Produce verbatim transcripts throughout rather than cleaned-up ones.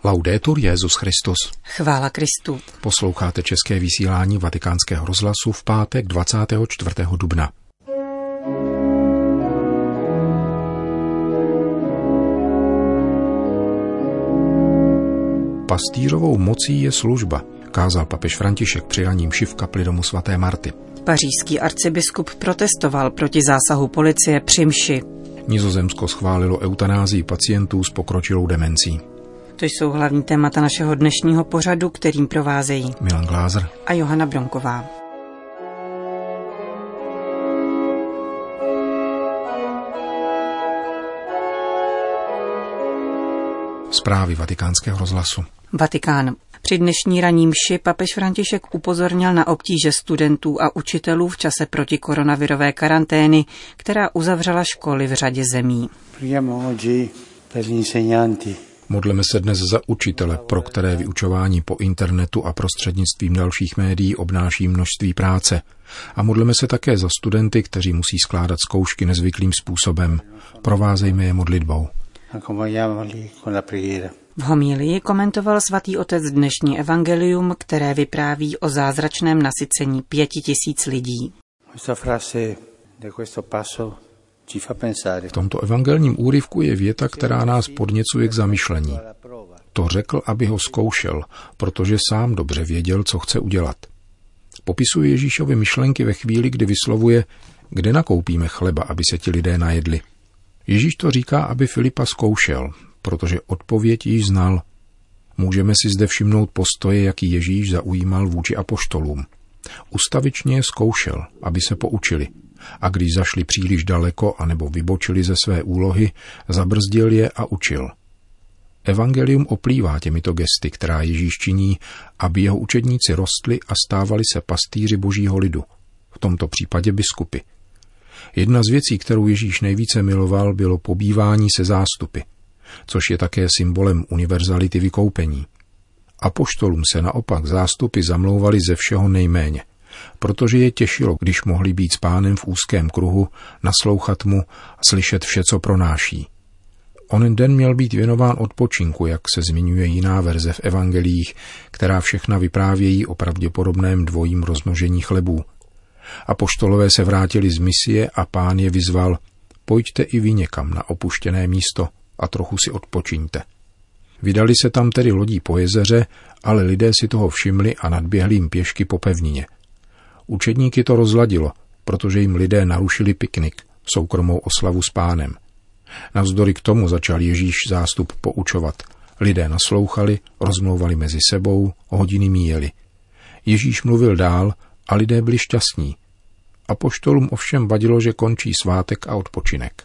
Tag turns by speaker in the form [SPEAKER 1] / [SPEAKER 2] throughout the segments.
[SPEAKER 1] Laudetur Jesus Christus.
[SPEAKER 2] Chvála Kristu.
[SPEAKER 1] Posloucháte české vysílání Vatikánského rozhlasu v pátek dvacátého čtvrtého dubna. Pastýřovou mocí je služba, kázal papež František při raní mši v kapli domu svaté Marty.
[SPEAKER 2] Pařížský arcibiskup protestoval proti zásahu policie při mši.
[SPEAKER 1] Nizozemsko schválilo eutanázii pacientů s pokročilou demencí.
[SPEAKER 2] To jsou hlavní témata našeho dnešního pořadu, kterým provázejí
[SPEAKER 1] Milan Glázer
[SPEAKER 2] a Johana Bronková.
[SPEAKER 1] Zprávy Vatikánského rozhlasu.
[SPEAKER 2] Vatikán. Při dnešní ranní mši papež František upozornil na obtíže studentů a učitelů v čase protikoronavirové karantény, která uzavřela školy v řadě zemí.
[SPEAKER 1] Modleme se dnes za učitele, pro které vyučování po internetu a prostřednictvím dalších médií obnáší množství práce. A modleme se také za studenty, kteří musí skládat zkoušky nezvyklým způsobem. Provázejme je modlitbou.
[SPEAKER 2] V homílii komentoval svatý otec dnešní evangelium, které vypráví o zázračném nasycení pěti tisíc lidí.
[SPEAKER 1] V tomto evangelním úryvku je věta, která nás podněcuje k zamyšlení. To řekl, aby ho zkoušel, protože sám dobře věděl, co chce udělat. Popisuje Ježíšovy myšlenky ve chvíli, kdy vyslovuje, kde nakoupíme chleba, aby se ti lidé najedli. Ježíš to říká, aby Filipa zkoušel, protože odpověď již znal. Můžeme si zde všimnout postoje, jaký Ježíš zaujímal vůči apoštolům. Ustavičně je zkoušel, aby se poučili. A když zašli příliš daleko anebo vybočili ze své úlohy, zabrzdil je a učil. Evangelium oplývá těmito gesty, která Ježíš činí, aby jeho učedníci rostli a stávali se pastýři božího lidu, v tomto případě biskupy. Jedna z věcí, kterou Ježíš nejvíce miloval, bylo pobývání se zástupy, což je také symbolem univerzality vykoupení. Apoštolům se naopak zástupy zamlouvaly ze všeho nejméně, protože je těšilo, když mohli být s Pánem v úzkém kruhu, naslouchat mu a slyšet vše, co pronáší. Onen den měl být věnován odpočinku, jak se zmiňuje jiná verze v evangeliích, která všechna vyprávějí o pravděpodobném dvojím rozmnožení chlebů. Apoštolové se vrátili z misie a Pán je vyzval, pojďte i vy někam na opuštěné místo a trochu si odpočiňte. Vydali se tam tedy lodí po jezeře, ale lidé si toho všimli a nadběhli jim pěšky po pevnině. Učedníky to rozladilo, protože jim lidé narušili piknik, soukromou oslavu s Pánem. Navzdory k tomu začal Ježíš zástup poučovat. Lidé naslouchali, rozmlouvali mezi sebou, hodiny míjeli. Ježíš mluvil dál a lidé byli šťastní. Apoštolům ovšem vadilo, že končí svátek a odpočinek.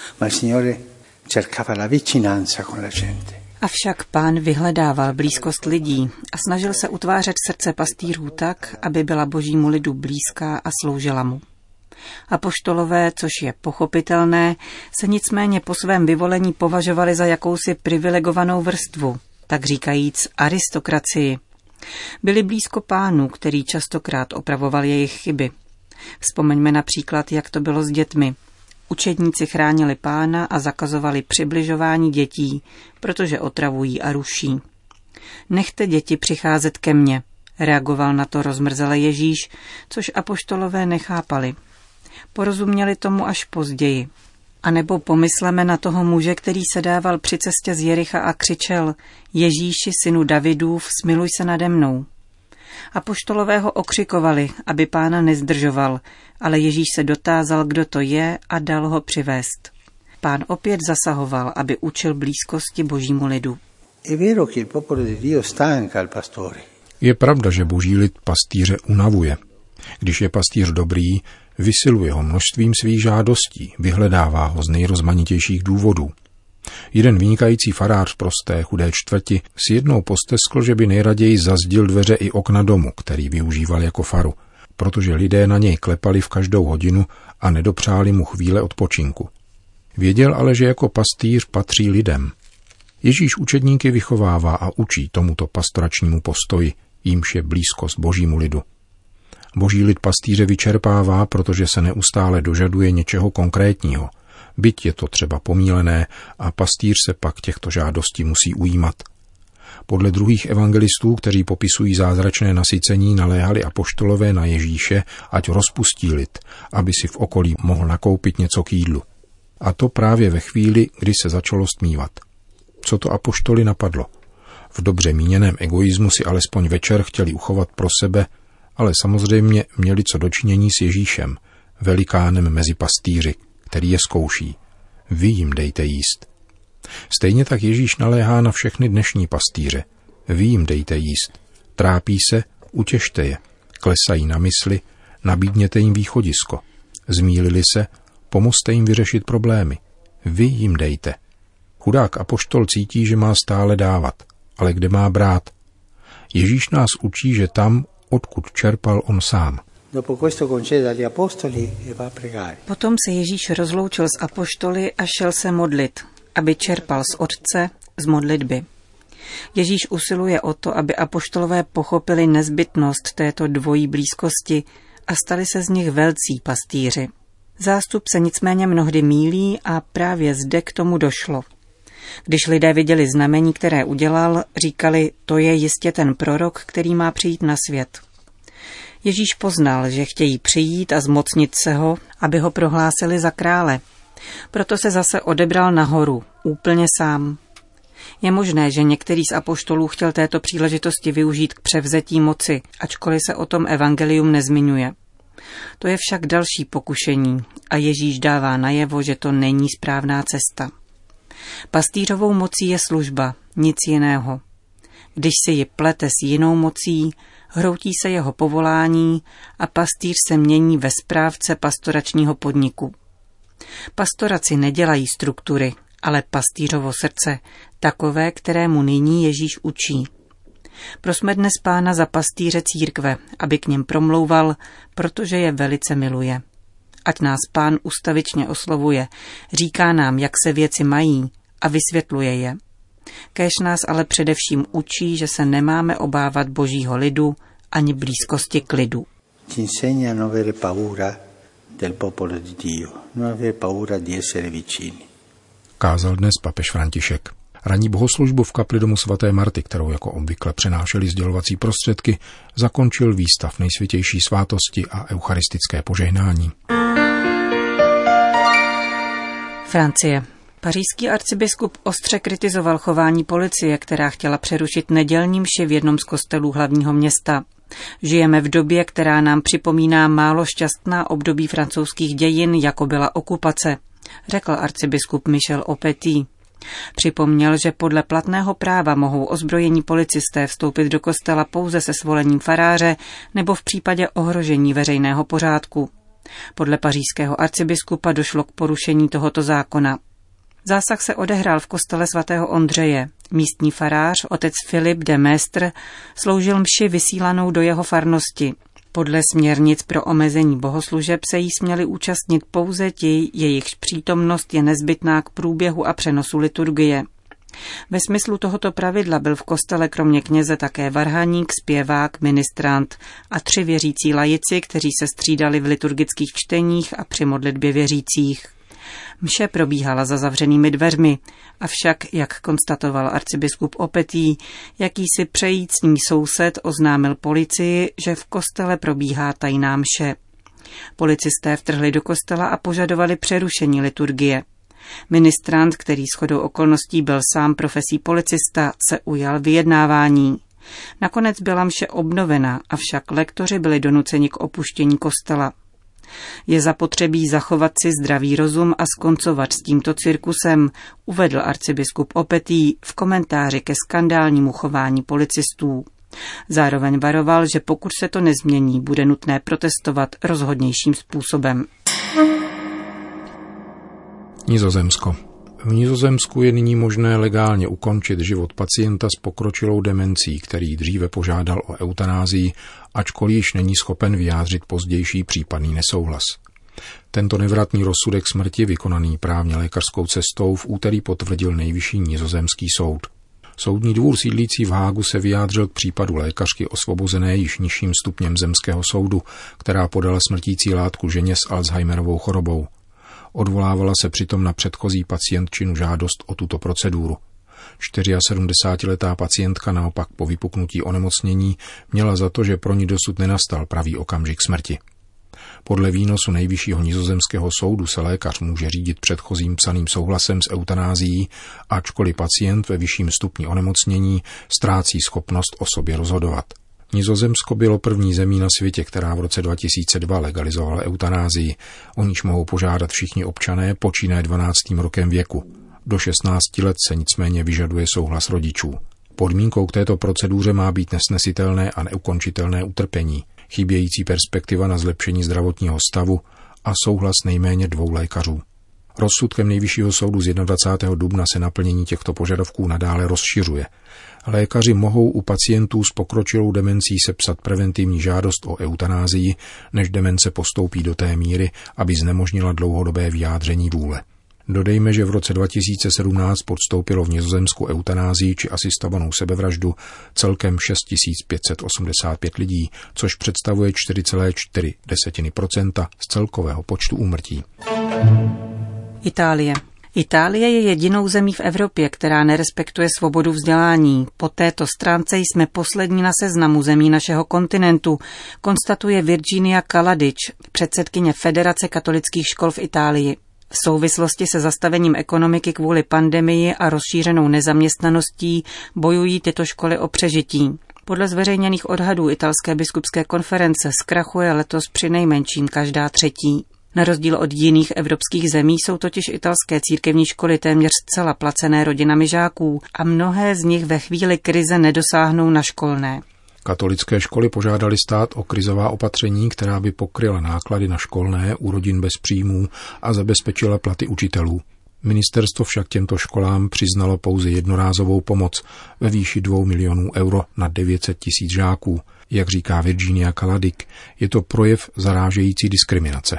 [SPEAKER 2] Avšak Pán vyhledával blízkost lidí a snažil se utvářet srdce pastýřů tak, aby byla božímu lidu blízká a sloužila mu. Apoštolové, což je pochopitelné, se nicméně po svém vyvolení považovali za jakousi privilegovanou vrstvu, tak říkajíc aristokracii. Byli blízko Pánu, který častokrát opravoval jejich chyby. Vzpomeňme například, jak to bylo s dětmi. Učedníci chránili Pána a zakazovali přibližování dětí, protože otravují a ruší. Nechte děti přicházet ke mně, reagoval na to rozmrzele Ježíš, což apoštolové nechápali. Porozuměli tomu až později. A nebo pomysleme na toho muže, který se dával při cestě z Jericha a křičel: Ježíši, synu Davidův, smiluj se nade mnou. Apoštolové ho okřikovali, aby Pána nezdržoval, ale Ježíš se dotázal, kdo to je, a dal ho přivést. Pán opět zasahoval, aby učil blízkosti božímu lidu.
[SPEAKER 1] Je pravda, že boží lid pastýře unavuje. Když je pastýř dobrý, vysiluje ho množstvím svých žádostí, vyhledává ho z nejrozmanitějších důvodů. Jeden vynikající farář prosté chudé čtvrti si jednou posteskl, že by nejraději zazdil dveře i okna domu, který využíval jako faru, protože lidé na něj klepali v každou hodinu a nedopřáli mu chvíle odpočinku. Věděl ale, že jako pastýř patří lidem. Ježíš učedníky vychovává a učí tomuto pastoračnímu postoji, jímž je blízkost božímu lidu. Boží lid pastýře vyčerpává, protože se neustále dožaduje něčeho konkrétního. Byť je to třeba pomílené a pastýř se pak těchto žádostí musí ujímat. Podle druhých evangelistů, kteří popisují zázračné nasycení, naléhali apoštolové na Ježíše, ať rozpustí lid, aby si v okolí mohl nakoupit něco k jídlu. A to právě ve chvíli, kdy se začalo stmívat. Co to apoštoly napadlo? V dobře míněném egoismu si alespoň večer chtěli uchovat pro sebe, ale samozřejmě měli co dočinění s Ježíšem, velikánem mezi pastýři, který je zkouší. Vy jim dejte jíst. Stejně tak Ježíš naléhá na všechny dnešní pastýře. Vy jim dejte jíst. Trápí se, utěšte je. Klesají na mysli, nabídněte jim východisko. Zmýlili se, pomozte jim vyřešit problémy. Vy jim dejte. Chudák apoštol cítí, že má stále dávat, ale kde má brát? Ježíš nás učí, že tam, odkud čerpal on sám.
[SPEAKER 2] Potom se Ježíš rozloučil s apoštoly a šel se modlit, aby čerpal z Otce z modlitby. Ježíš usiluje o to, aby apoštolové pochopili nezbytnost této dvojí blízkosti a stali se z nich velcí pastýři. Zástup se nicméně mnohdy mýlí a právě zde k tomu došlo. Když lidé viděli znamení, které udělal, říkali, to je jistě ten prorok, který má přijít na svět. Ježíš poznal, že chtějí přijít a zmocnit se ho, aby ho prohlásili za krále. Proto se zase odebral nahoru, úplně sám. Je možné, že některý z apoštolů chtěl této příležitosti využít k převzetí moci, ačkoliv se o tom evangelium nezmiňuje. To je však další pokušení a Ježíš dává najevo, že to není správná cesta. Pastýřovou mocí je služba, nic jiného. Když si ji plete s jinou mocí, hroutí se jeho povolání a pastýř se mění ve správce pastoračního podniku. Pastoraci nedělají struktury, ale pastýřovo srdce, takové, kterému nyní Ježíš učí. Prosme dnes Pána za pastýře církve, aby k něm promlouval, protože je velice miluje. Ať nás Pán ustavičně oslovuje, říká nám, jak se věci mají a vysvětluje je. Kéž nás ale především učí, že se nemáme obávat Božího lidu ani blízkosti k lidu.
[SPEAKER 1] Kázal dnes papež František. Ranní bohoslužbu v kapli domu svaté Marty, kterou jako obvykle přenášeli sdělovací prostředky, zakončil výstav nejsvětější svátosti a eucharistické požehnání.
[SPEAKER 2] Francie. Pařížský arcibiskup ostře kritizoval chování policie, která chtěla přerušit nedělní mši v jednom z kostelů hlavního města. Žijeme v době, která nám připomíná málo šťastná období francouzských dějin, jako byla okupace, řekl arcibiskup Michel Opetit. Připomněl, že podle platného práva mohou ozbrojení policisté vstoupit do kostela pouze se svolením faráře nebo v případě ohrožení veřejného pořádku. Podle pařížského arcibiskupa došlo k porušení tohoto zákona. Zásah se odehrál v kostele svatého Ondřeje. Místní farář, otec Philippe de Maistre, sloužil mši vysílanou do jeho farnosti. Podle směrnic pro omezení bohoslužeb se jí směli účastnit pouze ti, jejichž přítomnost je nezbytná k průběhu a přenosu liturgie. Ve smyslu tohoto pravidla byl v kostele kromě kněze také varhaník, zpěvák, ministrant a tři věřící laici, kteří se střídali v liturgických čteních a při modlitbě věřících. Mše probíhala za zavřenými dveřmi, avšak, jak konstatoval arcibiskup Opetit, jakýsi přejícný soused oznámil policii, že v kostele probíhá tajná mše. Policisté vtrhli do kostela a požadovali přerušení liturgie. Ministrant, který shodou okolností byl sám profesí policista, se ujal vyjednávání. Nakonec byla mše obnovena, avšak lektoři byli donuceni k opuštění kostela. Je zapotřebí zachovat si zdravý rozum a skoncovat s tímto cirkusem, uvedl arcibiskup Opetit v komentáři ke skandálnímu chování policistů. Zároveň varoval, že pokud se to nezmění, bude nutné protestovat rozhodnějším způsobem.
[SPEAKER 1] Nizozemsko. V Nizozemsku je nyní možné legálně ukončit život pacienta s pokročilou demencí, který dříve požádal o eutanázii, ačkoliv již není schopen vyjádřit pozdější případný nesouhlas. Tento nevratný rozsudek smrti, vykonaný právně lékařskou cestou, v úterý potvrdil nejvyšší nizozemský soud. Soudní dvůr sídlící v Hágu se vyjádřil k případu lékařky osvobozené již nižším stupněm zemského soudu, která podala smrtící látku ženě s Alzheimerovou chorobou. Odvolávala se přitom na předchozí pacientčinu žádost o tuto proceduru. sedmdesátičtyřletá pacientka naopak po vypuknutí onemocnění měla za to, že pro ní dosud nenastal pravý okamžik smrti. Podle výnosu nejvyššího nizozemského soudu se lékař může řídit předchozím psaným souhlasem s eutanázií, ačkoliv pacient ve vyšším stupni onemocnění ztrácí schopnost o sobě rozhodovat. Nizozemsko bylo první zemí na světě, která v roce dva tisíce dva legalizovala eutanázii, o níž mohou požádat všichni občané počínaje dvanáctým rokem věku. Do šestnácti let se nicméně vyžaduje souhlas rodičů. Podmínkou k této proceduře má být nesnesitelné a neukončitelné utrpení, chybějící perspektiva na zlepšení zdravotního stavu a souhlas nejméně dvou lékařů. Rozsudkem Nejvyššího soudu z dvacátého prvního dubna se naplnění těchto požadavků nadále rozšiřuje. Lékaři mohou u pacientů s pokročilou demencí sepsat preventivní žádost o eutanázii, než demence postoupí do té míry, aby znemožnila dlouhodobé vyjádření vůle. Dodejme, že v roce dva tisíce sedmnáct podstoupilo v Nizozemsku eutanázii či asistovanou sebevraždu celkem šest tisíc pět set osmdesát pět lidí, což představuje čtyři celé čtyři procenta z celkového počtu úmrtí.
[SPEAKER 2] Itálie. Itálie je jedinou zemí v Evropě, která nerespektuje svobodu vzdělání. Po této stránce jsme poslední na seznamu zemí našeho kontinentu, konstatuje Virginia Kaladic, předsedkyně Federace katolických škol v Itálii. V souvislosti se zastavením ekonomiky kvůli pandemii a rozšířenou nezaměstnaností bojují tyto školy o přežití. Podle zveřejněných odhadů italské biskupské konference zkrachuje letos přinejmenším každá třetí. Na rozdíl od jiných evropských zemí jsou totiž italské církevní školy téměř zcela placené rodinami žáků a mnohé z nich ve chvíli krize nedosáhnou na školné.
[SPEAKER 1] Katolické školy požádali stát o krizová opatření, která by pokryla náklady na školné u rodin bez příjmů a zabezpečila platy učitelů. Ministerstvo však těmto školám přiznalo pouze jednorázovou pomoc ve výši dvou milionů euro na devět set tisíc žáků. Jak říká Virginia Kaladic, je to projev zarážející diskriminace.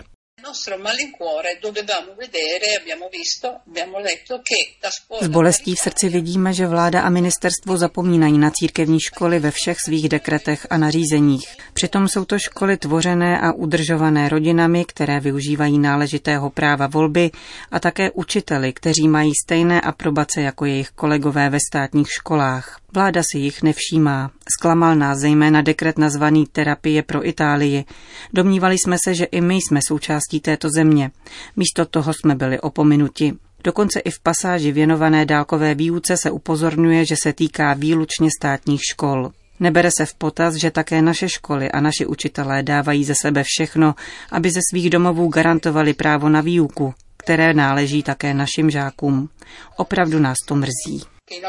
[SPEAKER 2] S bolestí v srdci vidíme, že vláda a ministerstvo zapomínají na církevní školy ve všech svých dekretech a nařízeních. Přitom jsou to školy tvořené a udržované rodinami, které využívají náležitého práva volby, a také učiteli, kteří mají stejné aprobace jako jejich kolegové ve státních školách. Vláda si jich nevšímá. Zklamal nás zejména dekret nazvaný Terapie pro Itálii. Domnívali jsme se, že i my jsme součástí této země. Místo toho jsme byli opominuti. Dokonce i v pasáži věnované dálkové výuce se upozorňuje, že se týká výlučně státních škol. Nebere se v potaz, že také naše školy a naši učitelé dávají ze sebe všechno, aby ze svých domovů garantovali právo na výuku, které náleží také našim žákům. Opravdu nás to mrzí.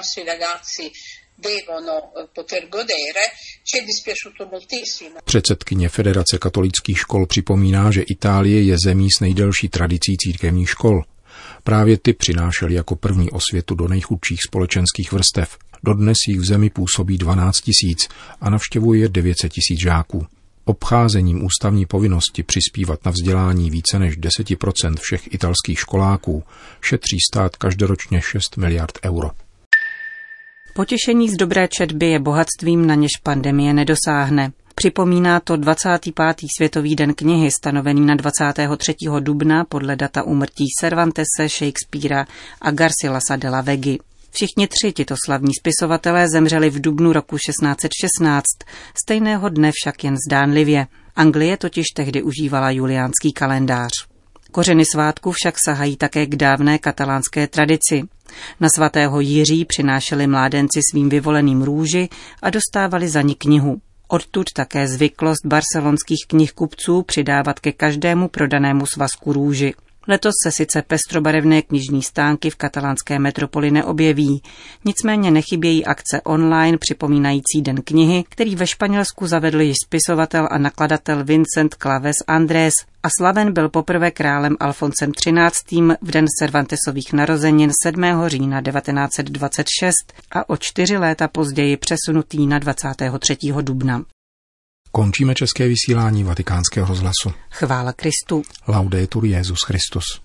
[SPEAKER 1] Předsedkyně Federace katolických škol připomíná, že Itálie je zemí s nejdelší tradicí církevních škol. Právě ty přinášely jako první osvětu do nejchudších společenských vrstev. Dodnes jich v zemi působí dvanáct tisíc a navštěvuje devět set tisíc žáků. Obcházením ústavní povinnosti přispívat na vzdělání více než deset procent všech italských školáků šetří stát každoročně šest miliard euro.
[SPEAKER 2] Potěšení z dobré četby je bohatstvím, na něž pandemie nedosáhne. Připomíná to dvacátý pátý Světový den knihy, stanovený na dvacátého třetího dubna podle data úmrtí Cervantese, Shakespearea a Garcilasa de la Vegy. Všichni tři tito slavní spisovatelé zemřeli v dubnu roku šestnáct set šestnáct, stejného dne však jen zdánlivě. Anglie totiž tehdy užívala juliánský kalendář. Kořeny svátku však sahají také k dávné katalánské tradici. Na svatého Jiří přinášeli mládenci svým vyvoleným růži a dostávali za ní knihu. Odtud také zvyklost barcelonských knihkupců přidávat ke každému prodanému svazku růži. Letos se sice pestrobarevné knižní stánky v katalánské metropoli neobjeví, nicméně nechybějí akce online připomínající Den knihy, který ve Španělsku zavedl již spisovatel a nakladatel Vincent Claves Andrés a slaven byl poprvé králem Alfonsem třináctým v den Cervantesových narozenin sedmého října devatenáct set dvacet šest a o čtyři léta později přesunutý na dvacátého třetího dubna.
[SPEAKER 1] Končíme české vysílání Vatikánského rozhlasu.
[SPEAKER 2] Chvála Kristu.
[SPEAKER 1] Laudetur Jesus Christus.